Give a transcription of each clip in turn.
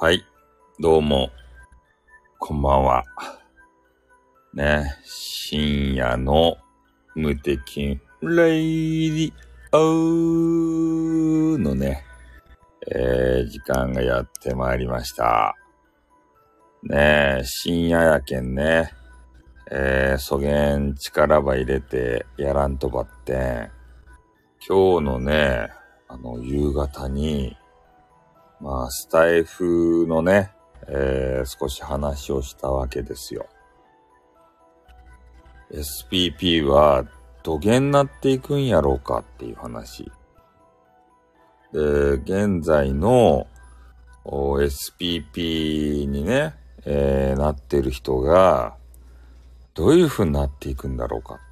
はい、どうも、こんばんは。ね、深夜の無敵レイディオのね、時間がやってまいりました。ね、深夜やけんね、そげん力ば入れてやらんとばって、今日のね、夕方に、スタイフのね、少し話をしたわけですよ。SPP はどげんなっていくんやろうかっていう話。で、現在のSPP にね、なってる人がどういう風になっていくんだろうか。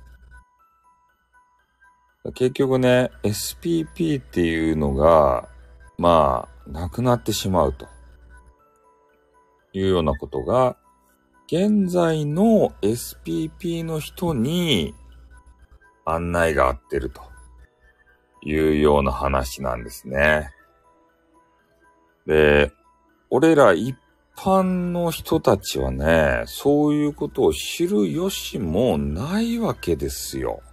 結局ね、SPP っていうのが、なくなってしまうというようなことが、現在の SPP の人に案内があってるというような話なんですね。で、俺ら一般の人たちはね、そういうことを知る由もないわけですよ。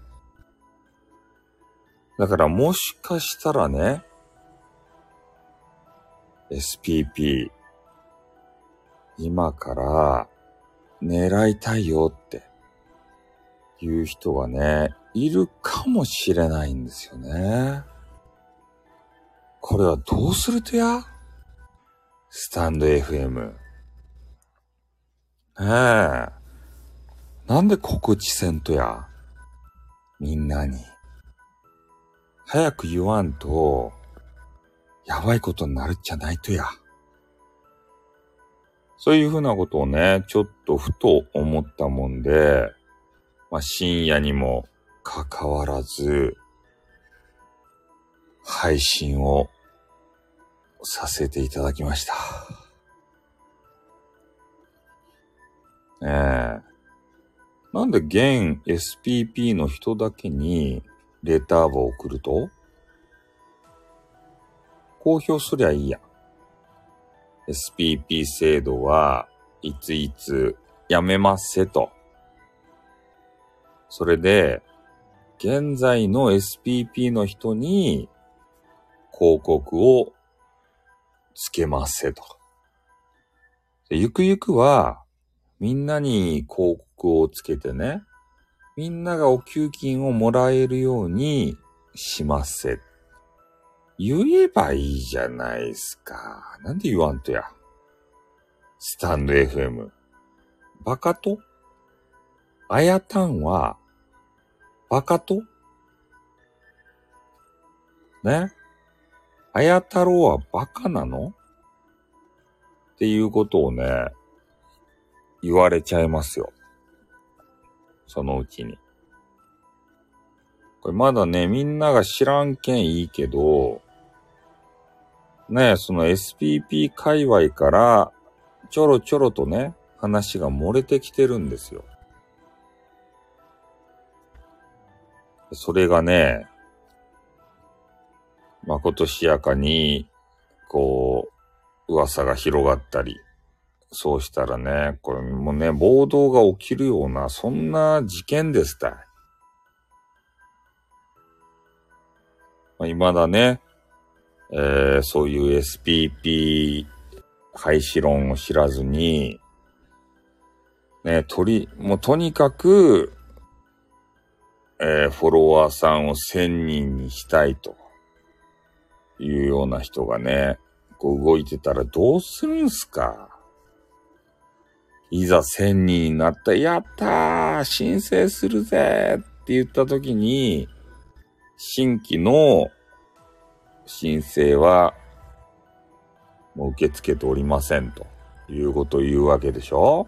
だからもしかしたらね、SPP、今から狙いたいよっていう人はね、いるかもしれないんですよね。これはどうするとや？スタンド FM。なんで告知せんとや？みんなに。早く言わんと、やばいことになるっちゃないとや。そういうふうなことをね、ちょっとふと思ったもんで、深夜にもかかわらず、配信をさせていただきました。なんで現 SPP の人だけにレターを送ると公表すりゃいいや。SPP 制度はいついつやめますせと。それで、現在の SPP の人に広告をつけますせと。でゆくゆくは、みんなに広告をつけてね、みんながお給金をもらえるようにしますせ。言えばいいじゃないですか。なんで言わんとや。スタンド FM。バカとあやたんは、バカとね。あやたろうはバカなのっていうことをね、言われちゃいますよ。そのうちに。これまだね、みんなが知らんけんいいけど、ね、その SPP 界隈からちょろちょろとね、話が漏れてきてるんですよ。それがね、まことしやかに、噂が広がったり、そうしたらね、これもね、暴動が起きるような、そんな事件ですたい。未だね、そういう SPP 廃止論を知らずに、ね、もうとにかく、フォロワーさんを1000人にしたいというような人がね、動いてたらどうするんすか？いざ1000人になった、やったー申請するぜって言った時に、新規の申請はもう受け付けておりませんということを言うわけでしょ？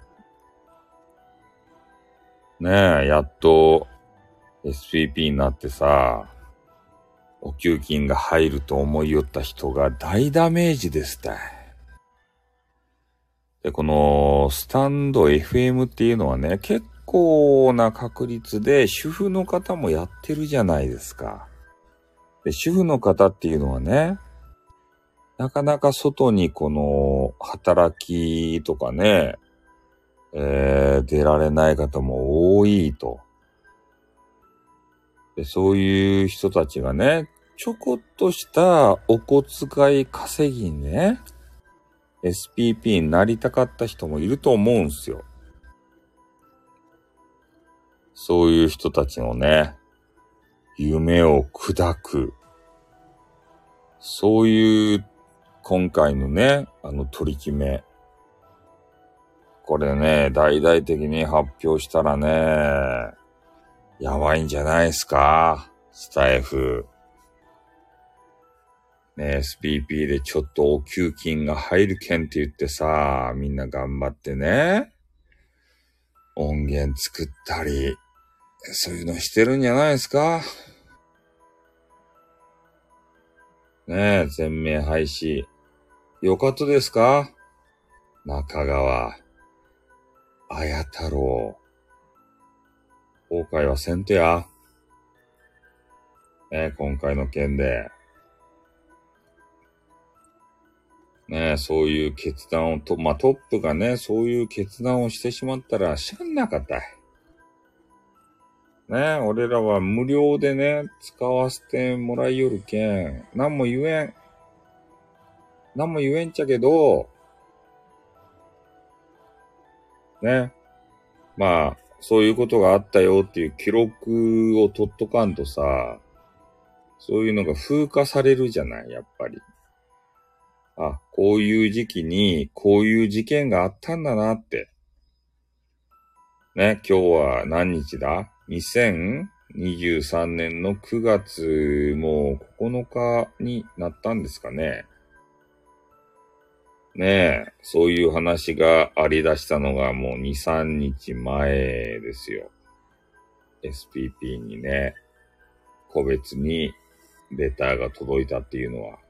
ねえ、やっと SPP になってさ、お給金が入ると思いよった人が大ダメージですたい。で、このスタンド FM っていうのはね、結構な確率で主婦の方もやってるじゃないですか。で、主婦の方っていうのはね、 なかなか外にこの働きとかね、出られない方も多いと。で、そういう人たちがね、ちょこっとしたお小遣い稼ぎにね、SPP になりたかった人もいると思うんすよ。そういう人たちのね、夢を砕く。そういう今回のね、取り決め。これね、大々的に発表したらね、やばいんじゃないですか？スタイフ。ね、SPP でちょっとお給金が入るけんって言ってさ、みんな頑張ってね、音源作ったり、そういうのしてるんじゃないですか？ねえ、全面廃止。よかったですか？中川、綾太郎。後悔はせんとや。ねえ、今回の件で。ねえ、そういう決断をトップがね、そういう決断をしてしまったらしゃんなかったい。ねえ、俺らは無料でね、使わせてもらいよるけん、なんも言えんちゃけど、ね、まあ、そういうことがあったよっていう記録を取っとかんとさ、そういうのが風化されるじゃない、やっぱり。あ、こういう時期に、こういう事件があったんだなって。ね、今日は何日だ？ 2023 年の9月もう9日になったんですかね。ねえ、そういう話があり出したのがもう2、3日前ですよ。SPP にね、個別にレターが届いたっていうのは。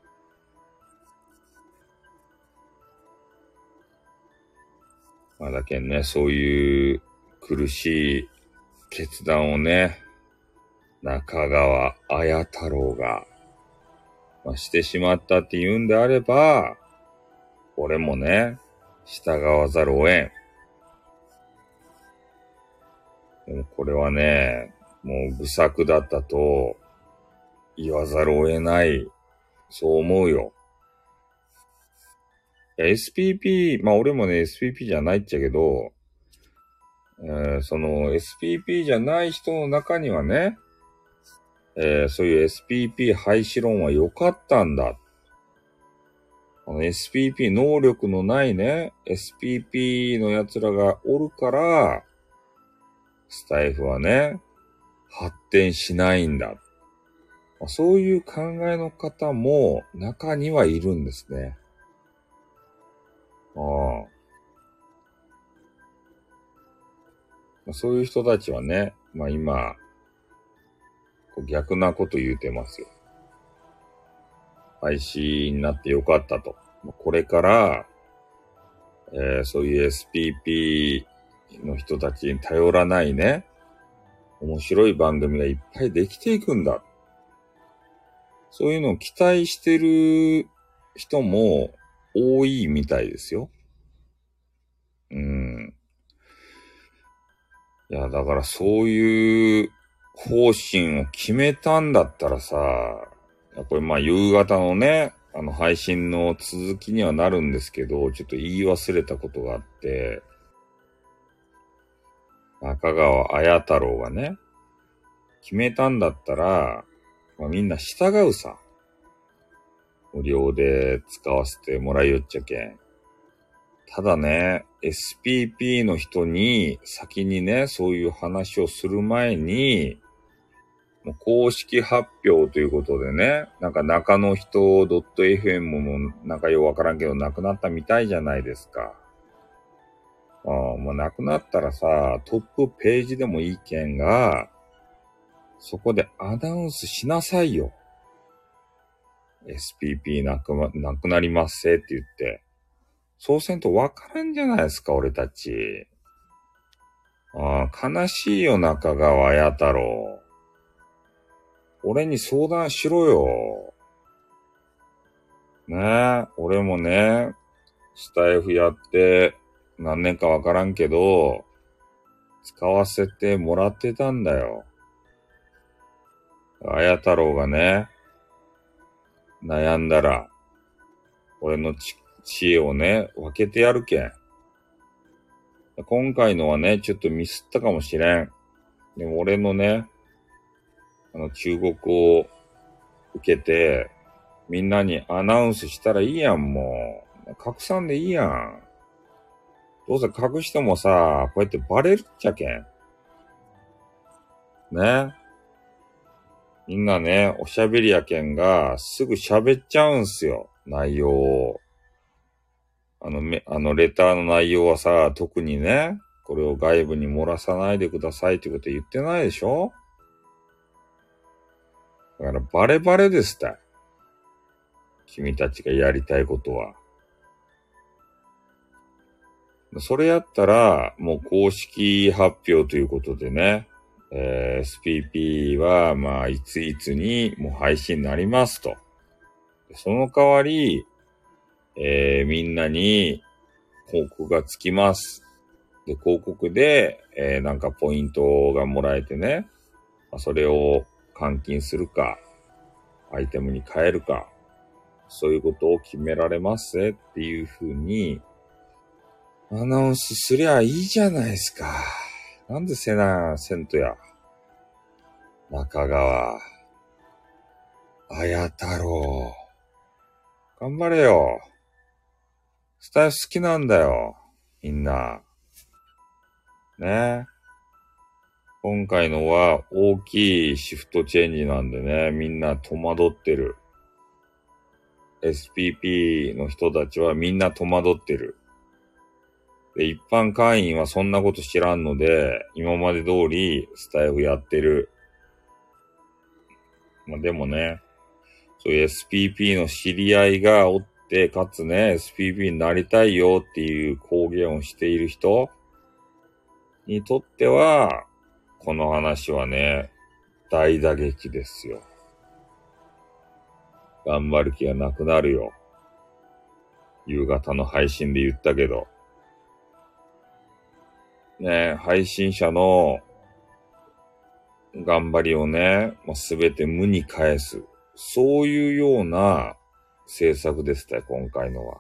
まあだけんね、そういう苦しい決断をね、中川綾太郎が、してしまったって言うんであれば、俺もね、従わざるを得ん。でもこれはね、もう愚策だったと言わざるを得ない。そう思うよ。SPP、俺もね、SPP じゃないっちゃけど、その SPP じゃない人の中にはね、そういう SPP 廃止論は良かったんだ。SPP 能力のないね、SPP の奴らがおるから、スタイフはね、発展しないんだ。そういう考えの方も中にはいるんですね。そういう人たちはね、今、逆なこと言うてますよ。廃止になってよかったと。これから、そういう SPP の人たちに頼らないね、面白い番組がいっぱいできていくんだ。そういうのを期待してる人も多いみたいですよ。いや、だからそういう方針を決めたんだったらさ、これ夕方のね、配信の続きにはなるんですけど、ちょっと言い忘れたことがあって、中川綾太郎がね、決めたんだったら、みんな従うさ。無料で使わせてもらいよっちゃけん。ただね、SPP の人に先にね、そういう話をする前に、もう公式発表ということでね、中の人 .fm もようわからんけどなくなったみたいじゃないですか。もうなくなったらさ、トップページでもいいけんが、そこでアナウンスしなさいよ。SPP なくなりますせって言って。そうせんとわからんじゃないですか、俺たち。悲しいよ、中川綾太郎。俺に相談しろよ。 ねえ、俺もね、スタイフやって何年かわからんけど、使わせてもらってたんだよ。あや太郎がね、悩んだら、俺の知恵をね、分けてやるけん。今回のはね、ちょっとミスったかもしれん。でも俺のね、中国を受けて、みんなにアナウンスしたらいいやん、もう。拡散でいいやん。どうせ隠してもさ、こうやってバレるっちゃけん。ね。みんなね、おしゃべりやけんが、すぐ喋っちゃうんすよ。内容を。レターの内容はさ、特にね、これを外部に漏らさないでくださいってこと言ってないでしょ？だからバレバレですって。君たちがやりたいことは。それやったら、もう公式発表ということでね、SPP は、まあ、いついつにもう配信になりますと。その代わり、みんなに広告がつきます。で、広告で、なんかポイントがもらえてね、まあ、それを換金するか、アイテムに変えるか、そういうことを決められますねっていう風に、アナウンスすりゃいいじゃないですか。なんでせんとや。中川、綾太郎。頑張れよ。スタイル好きなんだよ。みんな。ね。今回のは大きいシフトチェンジなんでね、みんな戸惑ってる。SPP の人たちはみんな戸惑ってる。で、一般会員はそんなこと知らんので、今まで通りスタイフやってる。まあ、でもね、そういう SPP の知り合いがおって、かつね、SPP になりたいよっていう公言をしている人にとっては、この話はね、大打撃ですよ。頑張る気がなくなるよ。夕方の配信で言ったけど。ね、配信者の頑張りをね、もうすべて無に返す。そういうような政策でしたよ、今回のは。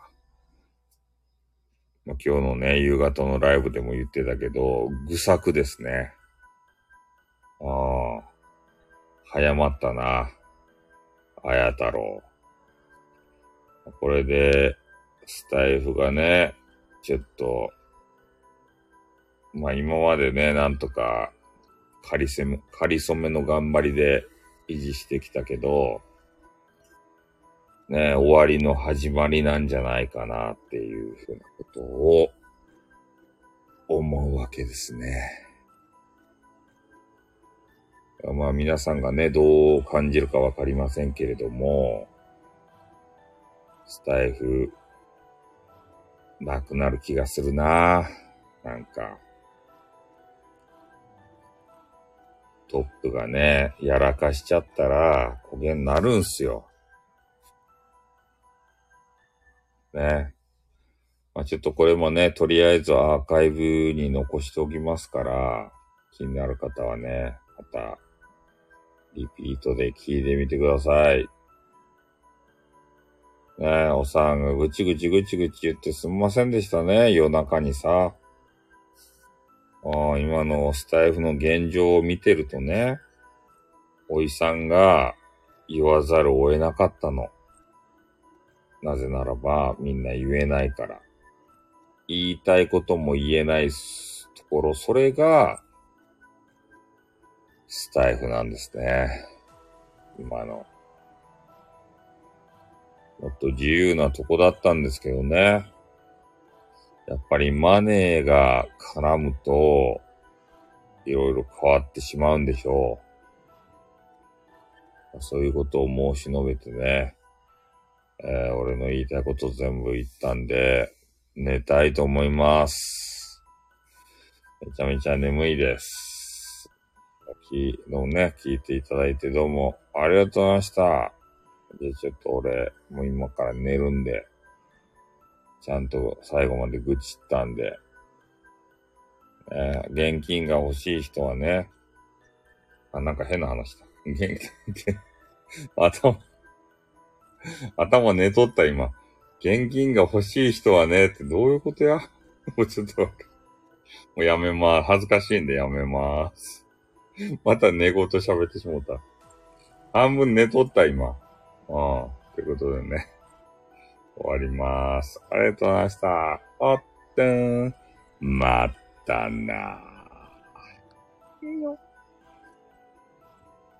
まあ、今日のね、夕方のライブでも言ってたけど、愚策ですね。ああ、早まったな。綾太郎。これで、スタイフがね、ちょっと、まあ今までね、なんとか、かりそめの頑張りで維持してきたけど、ね、終わりの始まりなんじゃないかなっていうふうなことを思うわけですね。まあ皆さんがね、どう感じるかわかりませんけれども、スタイフ、なくなる気がするな。なんか、トップがね、やらかしちゃったら焦げになるんすよ。ね。まあ、ちょっとこれもね、とりあえずアーカイブに残しておきますから、気になる方はね、また、リピートで聞いてみてください。ねえ、おさんがぐちぐち言ってすみませんでしたね、夜中にさ。今のスタイフの現状を見てるとね、おいさんが言わざるを得なかったの。なぜならば、みんな言えないから。言いたいことも言えないところ、それが、スタイフなんですね。今の。もっと自由なとこだったんですけどね。やっぱりマネーが絡むと、いろいろ変わってしまうんでしょう。そういうことを申し述べてね、俺の言いたいこと全部言ったんで、寝たいと思います。めちゃめちゃ眠いです。昨日ね、聞いていただいてどうもありがとうございました。 で、ちょっと俺、もう今から寝るんで、ちゃんと最後まで愚痴ったんで、現金が欲しい人はね、なんか変な話だ。現金、頭寝とった今。現金が欲しい人はね、ってどういうことやもうちょっと、もうやめます。恥ずかしいんでやめます。また寝言喋ってしもうた。半分寝とった今。ということでね、終わります。ありがとうございました。おってん。またな。いいよ。